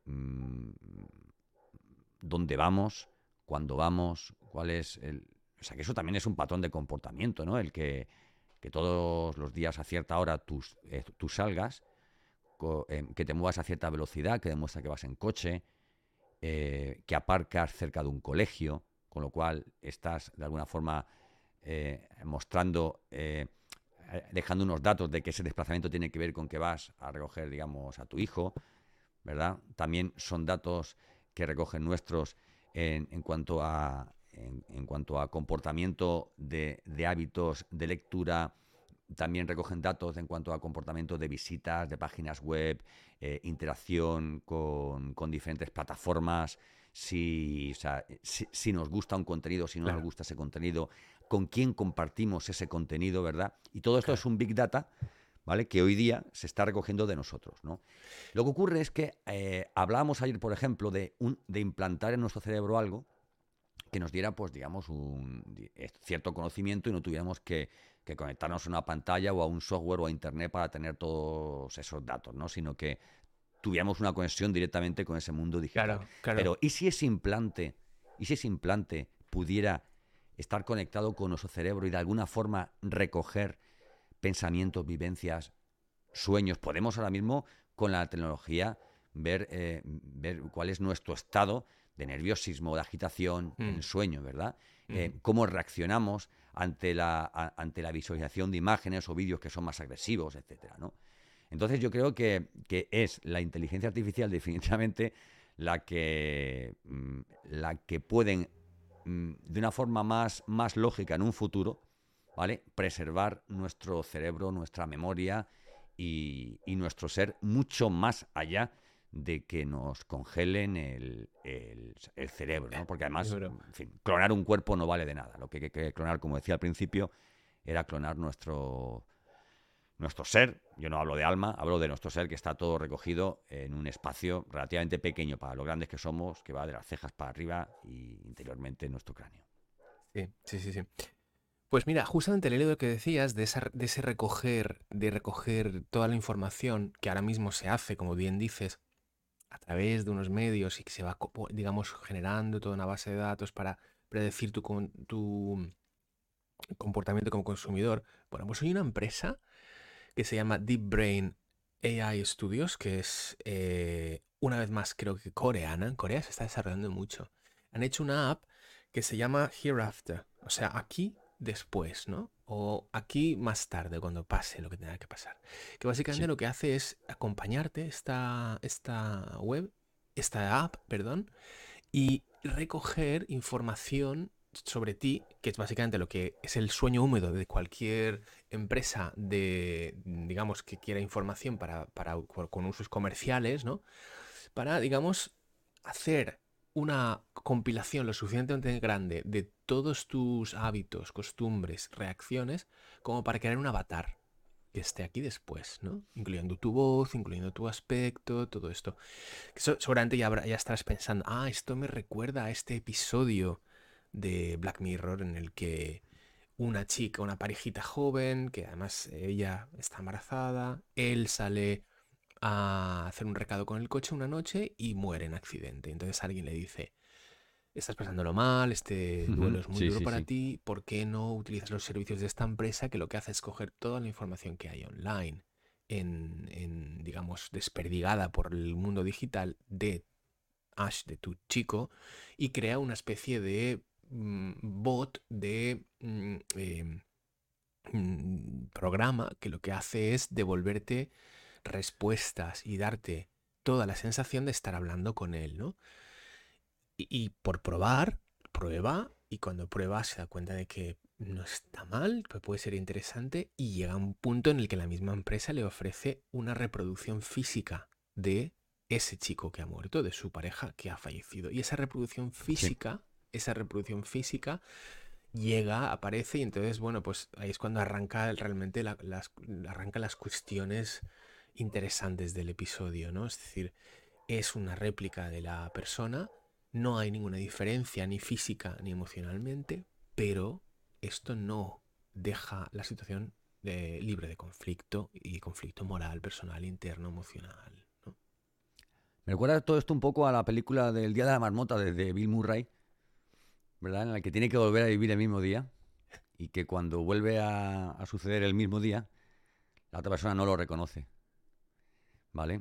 dónde vamos, cuándo vamos, cuál es el... O sea, que eso también es un patrón de comportamiento, ¿no? El que todos los días a cierta hora tú salgas, que te muevas a cierta velocidad, que demuestra que vas en coche, que aparcas cerca de un colegio, con lo cual estás de alguna forma mostrando, dejando unos datos de que ese desplazamiento tiene que ver con que vas a recoger, digamos, a tu hijo, ¿verdad? También son datos que recogen nuestros en cuanto a en cuanto a comportamiento de hábitos de lectura. También recogen datos en cuanto a comportamiento de visitas, de páginas web, interacción con diferentes plataformas, si, o sea, si nos gusta un contenido, si no nos Claro, gusta ese contenido, con quién compartimos ese contenido, ¿verdad? Y todo esto es claro. un Big Data, ¿vale? Que hoy día se está recogiendo de nosotros, ¿no? Lo que ocurre es que hablábamos ayer, por ejemplo, de implantar en nuestro cerebro algo que nos diera, pues digamos, cierto conocimiento y no tuviéramos que conectarnos a una pantalla o a un software o a internet para tener todos esos datos, ¿no? Sino que tuviéramos una conexión directamente con ese mundo digital. Claro, claro. Pero, ¿y si ese implante pudiera estar conectado con nuestro cerebro y de alguna forma recoger pensamientos, vivencias, sueños? Podemos ahora mismo, con la tecnología, ver cuál es nuestro estado de nerviosismo, de agitación, en el Mm, sueño, ¿verdad? ujú. Cómo reaccionamos ante ante la visualización de imágenes o vídeos que son más agresivos, etcétera, ¿no? Entonces yo creo que es la inteligencia artificial definitivamente la que pueden, de una forma más lógica en un futuro, ¿vale? Preservar nuestro cerebro, nuestra memoria y nuestro ser mucho más allá de que nos congelen el cerebro, ¿no? Porque Es además, verdad. en fin, clonar un cuerpo no vale de nada. Lo que hay que clonar, como decía al principio, era clonar nuestro ser. Yo no hablo de alma, hablo de nuestro ser, que está todo recogido en un espacio relativamente pequeño para lo grandes que somos, que va de las cejas para arriba y interiormente en nuestro cráneo. Sí, sí, sí, sí. Pues mira, justamente el hilo que decías de ese de recoger toda la información que ahora mismo se hace, como bien dices, a través de unos medios y que se va, digamos, generando toda una base de datos para predecir tu comportamiento como consumidor. Bueno, pues hay una empresa que se llama Deep Brain AI Studios, que es, una vez más, creo que coreana. En Corea se está desarrollando mucho. Han hecho una app que se llama Hereafter, o sea, aquí después, ¿no? O aquí más tarde, cuando pase lo que tenga que pasar. Que básicamente Sí, lo que hace es acompañarte esta app, perdón, y recoger información sobre ti, que es básicamente lo que es el sueño húmedo de cualquier empresa digamos, que quiera información con usos comerciales, ¿no? Para, digamos, hacer una compilación lo suficientemente grande de todos tus hábitos, costumbres, reacciones, como para crear un avatar que esté aquí después, ¿no? Incluyendo tu voz, incluyendo tu aspecto, todo esto. Seguramente ya estarás pensando, esto me recuerda a este episodio de Black Mirror en el que una chica, una parejita joven, que además ella está embarazada, él sale a hacer un recado con el coche una noche y muere en accidente. Entonces alguien le dice, estás pasándolo mal, este duelo es muy sí, duro sí, para sí. ti, ¿por qué no utilizas los servicios de esta empresa que lo que hace es coger toda la información que hay online, digamos, desperdigada por el mundo digital de Ash, de tu chico, y crea una especie de bot de programa que lo que hace es devolverte respuestas y darte toda la sensación de estar hablando con él, ¿no? Y por probar, prueba, y cuando prueba se da cuenta de que no está mal, que puede ser interesante, y llega a un punto en el que la misma empresa le ofrece una reproducción física de ese chico que ha muerto, de su pareja que ha fallecido. Y Sí. esa reproducción física llega, aparece, y entonces, bueno, pues ahí es cuando arranca realmente arranca las cuestiones interesantes del episodio, ¿no? Es decir, es una réplica de la persona, no hay ninguna diferencia ni física ni emocionalmente, pero esto no deja la situación libre de conflicto y conflicto moral, personal, interno, emocional, ¿no? Me recuerda todo esto un poco a la película del Día de la Marmota de Bill Murray, ¿verdad? En la que tiene que volver a vivir el mismo día y que cuando vuelve a suceder el mismo día, la otra persona no lo reconoce, ¿vale?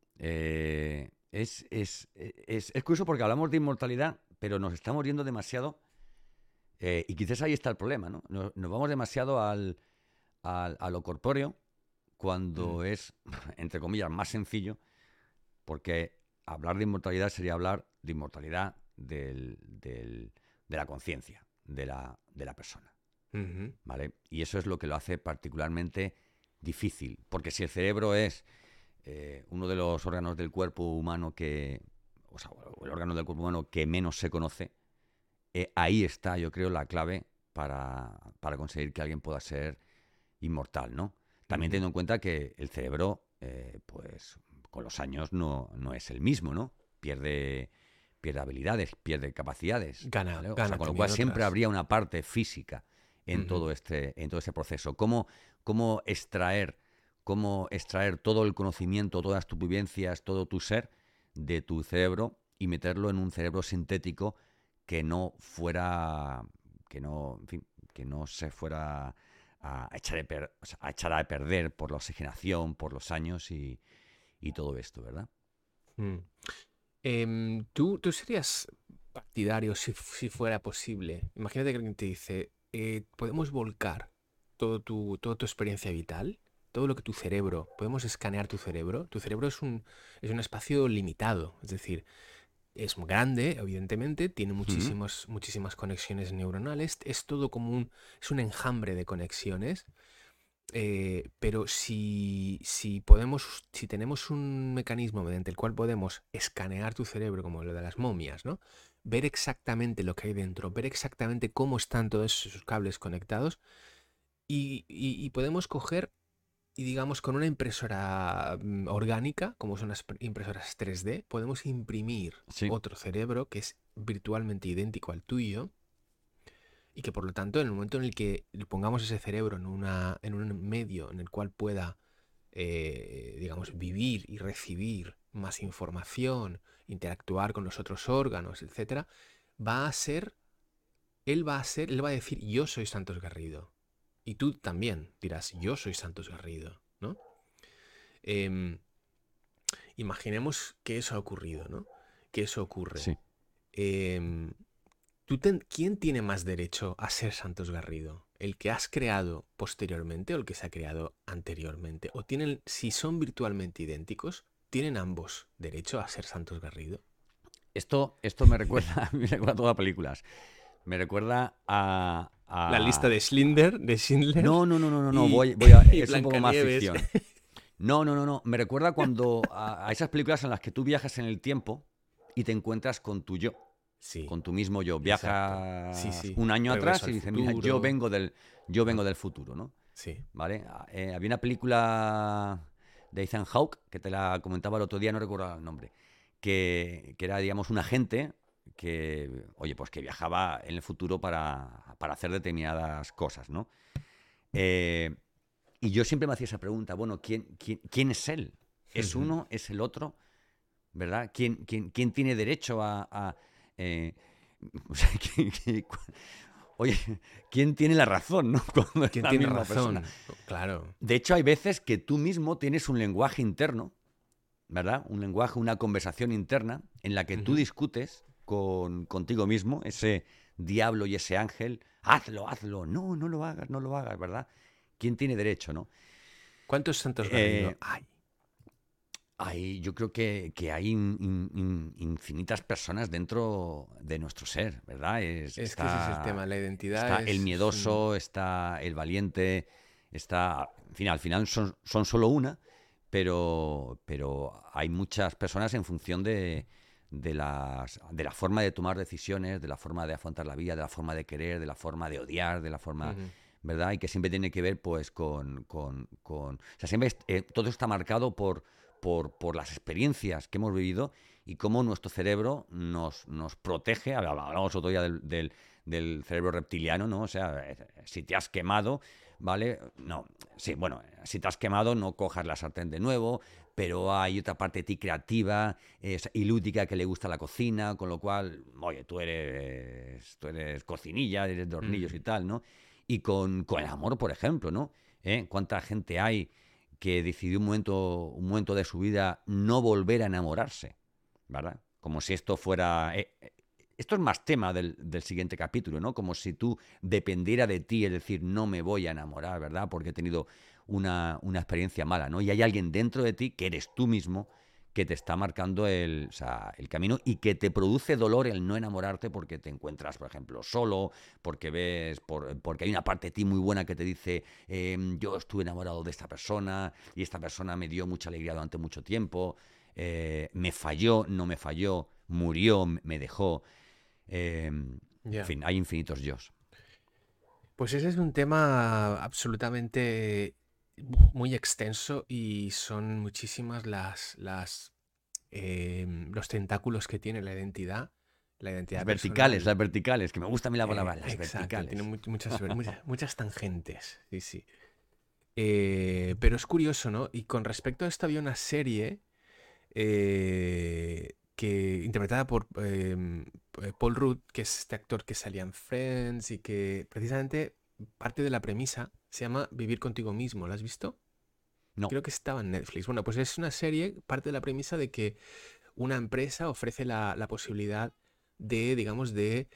Es curioso porque hablamos de inmortalidad, pero nos estamos yendo demasiado, y quizás ahí está el problema, ¿no? Nos vamos demasiado a lo corpóreo Mm, cuando es, entre comillas, más sencillo, porque hablar de inmortalidad sería hablar de inmortalidad del de la conciencia de la persona, Ujú. ¿vale? Y eso es lo que lo hace particularmente difícil, porque si el cerebro es uno de los órganos del cuerpo humano o sea, el órgano del cuerpo humano que menos se conoce, ahí está, yo creo, la clave para conseguir que alguien pueda ser inmortal, ¿no? También Ujú. teniendo en cuenta que el cerebro, pues con los años no es el mismo, ¿no? Pierde habilidades, pierde capacidades, Gana, ¿vale? O sea, gana con lo cual también siempre otras. habría una parte física Ujú. en todo este proceso. ¿Cómo extraer, cómo extraer todo el conocimiento, todas tus vivencias, todo tu ser de tu cerebro y meterlo en un cerebro sintético que no fuera, que no, en fin, que no se fuera o sea, a echar a perder por la oxigenación, por los años y todo esto, ¿verdad? Mm. ¿Tú serías partidario si fuera posible? Imagínate que alguien te dice, podemos volcar toda tu experiencia vital, todo lo que tu cerebro, podemos escanear tu cerebro. Tu cerebro es un espacio limitado, es decir, es muy grande, evidentemente, tiene Ujú. muchísimas conexiones neuronales, es todo como es un enjambre de conexiones. Pero si tenemos un mecanismo mediante el cual podemos escanear tu cerebro, como lo de las momias, ¿no? Ver exactamente lo que hay dentro, ver exactamente cómo están todos esos cables conectados y podemos coger y digamos con una impresora orgánica, como son las impresoras 3D, podemos imprimir Sí, otro cerebro que es virtualmente idéntico al tuyo y que por lo tanto en el momento en el que le pongamos ese cerebro en un medio en el cual pueda, digamos, vivir y recibir más información, interactuar con los otros órganos, etcétera, va a ser, él va a decir, yo soy Santos Garrido. Y tú también dirás, yo soy Santos Garrido, ¿no? Em, Imaginemos que eso ha ocurrido, ¿no? Que eso ocurre. sí. Em, ¿Quién tiene más derecho a ser Santos Garrido? ¿El que has creado posteriormente o el que se ha creado anteriormente? ¿O tienen, si son virtualmente idénticos, tienen ambos derecho a ser Santos Garrido? Esto me recuerda, me recuerda a todas las películas. Me recuerda La lista de Schindler, No, no, no, no, no, no, y, y es un poco más Blancanieves. ficción. No, no, no, no. Me recuerda cuando a esas películas en las que tú viajas en el tiempo y te encuentras con tu yo, Sí, con tu mismo yo. exacto. Sí, Viajas sí. un año Regreso atrás y al dices, mira, futuro. yo vengo Ajá. del futuro, ¿no? Sí. ¿Vale? Había una película de Ethan Hawke, que te la comentaba el otro día, no recuerdo el nombre, que era, digamos, un agente que, oye, pues que viajaba en el futuro para hacer determinadas cosas, ¿no? Eh, y yo siempre me hacía esa pregunta, bueno, ¿quién es él? ¿Es Ujú. uno? ¿Es el otro? ¿Verdad? ¿Quién tiene derecho eh, o sea, oye, ¿quién tiene la razón, no? Cuando es ¿Quién la tiene misma persona. razón? Claro. De hecho, hay veces que tú mismo tienes un lenguaje interno, ¿verdad? Un lenguaje, una conversación interna en la que tú Ujú. discutes contigo mismo, ese diablo y ese ángel, hazlo, hazlo, no, no lo hagas, ¿verdad? ¿Quién tiene derecho, no? ¿Cuántos Santos Eh, Garrido hay? yo creo que hay infinitas personas dentro de nuestro ser, ¿verdad? Es que ese es el tema, la identidad Está el es un... miedoso, está el valiente, en fin, al final son solo una, pero hay muchas personas en función de la forma de tomar decisiones, de la forma de afrontar la vida, de la forma de querer, de la forma de odiar, de la forma, Ujú. ¿verdad? Y que siempre tiene que ver, pues, o sea, siempre todo está marcado por las experiencias que hemos vivido y cómo nuestro cerebro nos protege. Hablamos otro día del cerebro reptiliano, ¿no? O sea, si te has quemado, ¿vale? No, sí, bueno, si te has quemado, no cojas la sartén de nuevo, pero hay otra parte de ti creativa y lúdica que le gusta la cocina, con lo cual, oye, tú eres cocinilla, eres de hornillos Ujú. y tal, ¿no? Y con el amor, por ejemplo, ¿no? ¿Cuánta gente hay que decidió un momento de su vida no volver a enamorarse, ¿verdad? Como si esto fuera... esto es más tema del siguiente capítulo, ¿no? Como si tú dependiera de ti, es decir, no me voy a enamorar, ¿verdad? Porque he tenido una experiencia mala, ¿no? Y hay alguien dentro de ti, que eres tú mismo, que te está marcando el camino y que te produce dolor el no enamorarte porque te encuentras, por ejemplo, solo, porque porque hay una parte de ti muy buena que te dice yo estuve enamorado de esta persona y esta persona me dio mucha alegría durante mucho tiempo, me falló, no me falló, murió, me dejó. En fin, hay infinitos yos. Pues ese es un tema absolutamente muy extenso y son muchísimas los tentáculos que tiene la identidad personal. Las verticales, que me gusta a mí la palabra, las Exacto, verticales. tiene muchas tangentes, sí. Pero es curioso, ¿no? Y con respecto a esto había una serie interpretada por Paul Rudd, que es este actor que salía en Friends y que precisamente parte de la premisa se llama Vivir contigo mismo. ¿La has visto? No. Creo que estaba en Netflix. Bueno, pues es una serie, parte de la premisa de que una empresa ofrece la posibilidad de, digamos,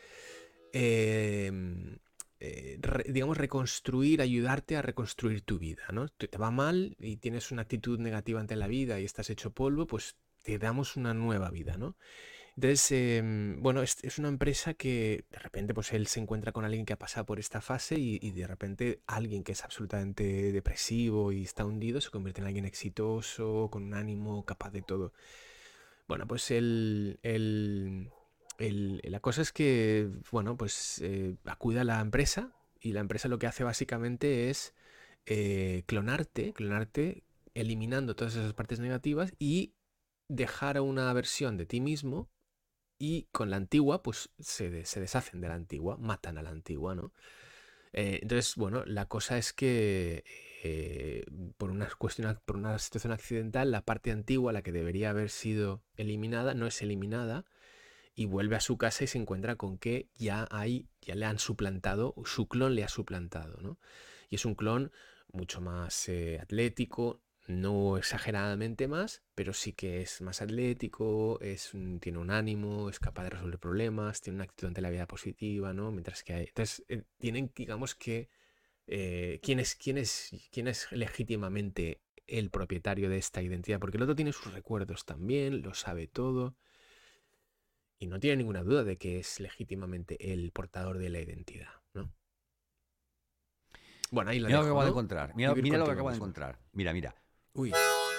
reconstruir, ayudarte a reconstruir tu vida, ¿no? Te va mal y tienes una actitud negativa ante la vida y estás hecho polvo, pues te damos una nueva vida, ¿no? Entonces, bueno, es una empresa que de repente pues él se encuentra con alguien que ha pasado por esta fase y de repente alguien que es absolutamente depresivo y está hundido se convierte en alguien exitoso, con un ánimo, capaz de todo. Bueno, pues la cosa es que, bueno, pues acude a la empresa y la empresa lo que hace básicamente es clonarte, eliminando todas esas partes negativas y dejar una versión de ti mismo y con la antigua, pues se deshacen de la antigua, matan a la antigua, ¿no? Entonces, bueno, la cosa es que por una situación accidental, la parte antigua, la que debería haber sido eliminada, no es eliminada y vuelve a su casa y se encuentra con que ya le han suplantado, su clon le ha suplantado, ¿no? Y es un clon mucho más atlético, no exageradamente más, pero sí que es más atlético, tiene un ánimo, es capaz de resolver problemas, tiene una actitud ante la vida positiva, ¿no? Mientras que entonces tienen, digamos que, ¿quién es legítimamente el propietario de esta identidad? Porque el otro tiene sus recuerdos también, lo sabe todo. Y no tiene ninguna duda de que es legítimamente el portador de la identidad, ¿no? Bueno, ahí la Mira lo dejo, que acabo de ¿no? encontrar. Vivir Mira lo que contigo acabo de mismo. encontrar. Mira. Uy.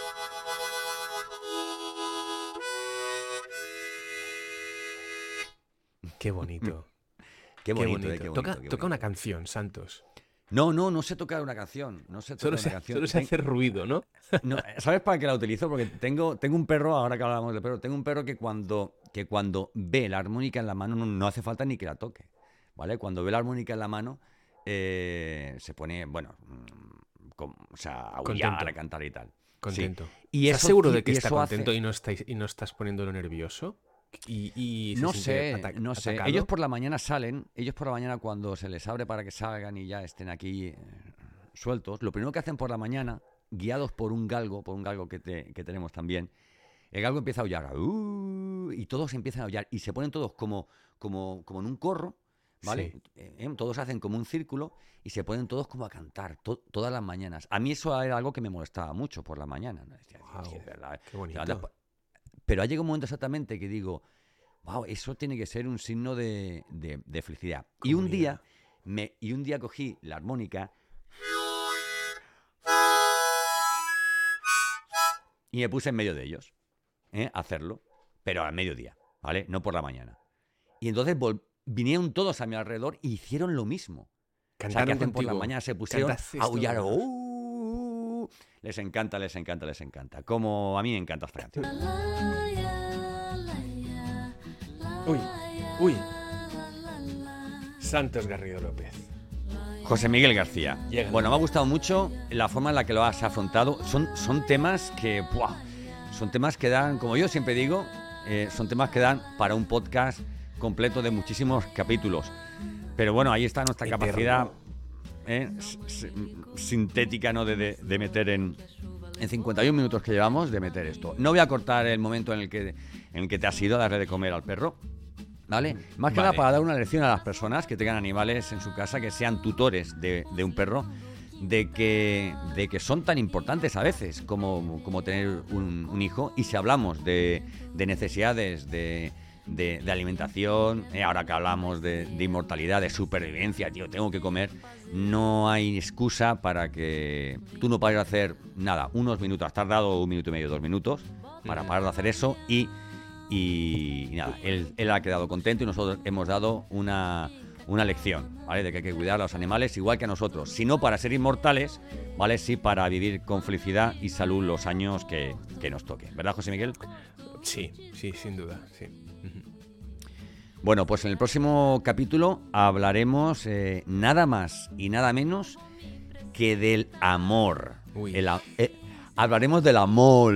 Qué bonito. Qué bonito, bonito. qué bonito. Toca, qué toca una bonito. canción, Santos. No sé tocar una canción. No sé tocar una canción. Solo se hace ruido, ¿no? No, ¿sabes para qué la utilizo? Porque tengo un perro, ahora que hablamos de perro, tengo un perro que cuando ve la armónica en la mano no hace falta ni que la toque, ¿vale? Cuando ve la armónica en la mano se pone, bueno, a aullar, Contento. a cantar y tal. Contento. Sí. Y ¿Estás eso, seguro de que está eso contento hace... y no estás poniéndolo nervioso? Y se No siente sé, no sé. atacado. Ellos por la mañana salen, cuando se les abre para que salgan y ya estén aquí sueltos, lo primero que hacen por la mañana, guiados por un galgo que tenemos también, el galgo empieza a aullar, y todos empiezan a aullar, y se ponen todos como en un corro, ¿vale? Sí. Todos hacen como un círculo, y se ponen todos como a cantar, todas las mañanas. A mí eso era algo que me molestaba mucho por la mañana, ¿no? Decía, Wow, es verdad. qué bonito. Pero ha llegado un momento exactamente que digo, wow, eso tiene que ser un signo de felicidad. Y un día cogí la armónica y me puse en medio de ellos, a hacerlo, pero al mediodía, ¿vale? No por la mañana. Y entonces vinieron todos a mi alrededor y hicieron lo mismo. Cantaron o sea, que hacen contigo. por la mañana, se pusieron a aullar. Todos. Les encanta. Como a mí me encanta esta canción. Uy. Santos Garrido López. José Miguel García. Llega. Bueno, me ha gustado mucho la forma en la que lo has afrontado. Son temas que, son temas que dan, como yo siempre digo, son temas que dan para un podcast completo de muchísimos capítulos. Pero bueno, ahí está nuestra capacidad sintética, ¿no? de meter en 51 minutos que llevamos, de meter esto. No voy a cortar el momento en el que te has ido a darle de comer al perro, ¿vale? Más que nada para dar una lección a las personas que tengan animales en su casa, que sean tutores de un perro, de que son tan importantes a veces como tener un hijo. Y si hablamos de necesidades de alimentación, ahora que hablamos de inmortalidad, de supervivencia, tío, tengo que comer, no hay excusa para que tú no pares de hacer nada, unos minutos, has tardado 1 minuto y medio, 2 minutos, para parar de hacer eso y nada, él ha quedado contento y nosotros hemos dado una lección, ¿vale? De que hay que cuidar a los animales igual que a nosotros, si no para ser inmortales, ¿vale? Sí para vivir con felicidad y salud los años que nos toquen, ¿verdad, José Miguel? Sí, sin duda, sí. Bueno, pues en el próximo capítulo hablaremos nada más y nada menos que del amor. Hablaremos del amor.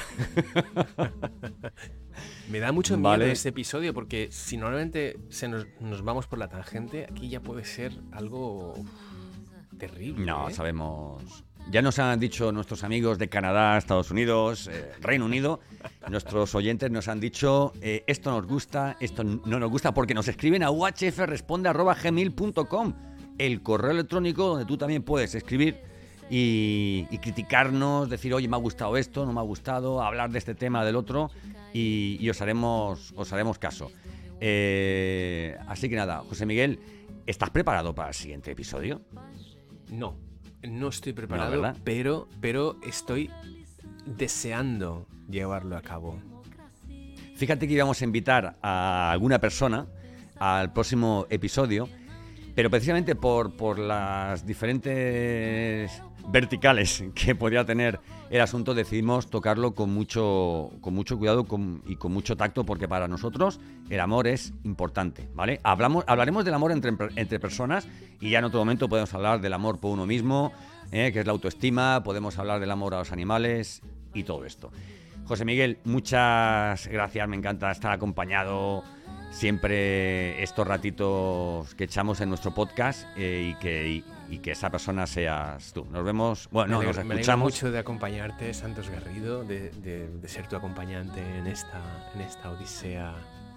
Me da mucho miedo Vale. este episodio porque si normalmente nos vamos por la tangente, aquí ya puede ser algo terrible. No, sabemos. Ya nos han dicho nuestros amigos de Canadá, Estados Unidos, Reino Unido, nuestros oyentes nos han dicho esto nos gusta, esto no nos gusta, porque nos escriben a uhfresponde@gmail.com, el correo electrónico donde tú también puedes escribir y criticarnos, decir, oye, me ha gustado esto, no me ha gustado, hablar de este tema, del otro, y os haremos caso. Así que nada, José Miguel, ¿estás preparado para el siguiente episodio? No estoy preparado, No, ¿verdad? pero estoy deseando llevarlo a cabo. Fíjate que íbamos a invitar a alguna persona al próximo episodio, pero precisamente por las diferentes verticales que podría tener el asunto, decidimos tocarlo con mucho cuidado y con mucho tacto, porque para nosotros el amor es importante, ¿vale? Hablaremos del amor entre personas, y ya en otro momento podemos hablar del amor por uno mismo, que es la autoestima, podemos hablar del amor a los animales y todo esto. José Miguel, muchas gracias, me encanta estar acompañado siempre estos ratitos que echamos en nuestro podcast, y que esa persona seas tú. Nos vemos, bueno, nos Me alegro escuchamos. mucho de acompañarte, Santos Garrido, de ser tu acompañante en esta odisea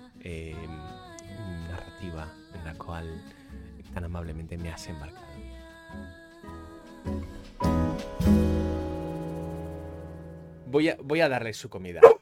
narrativa en la cual tan amablemente me has embarcado. Voy a darle su comida.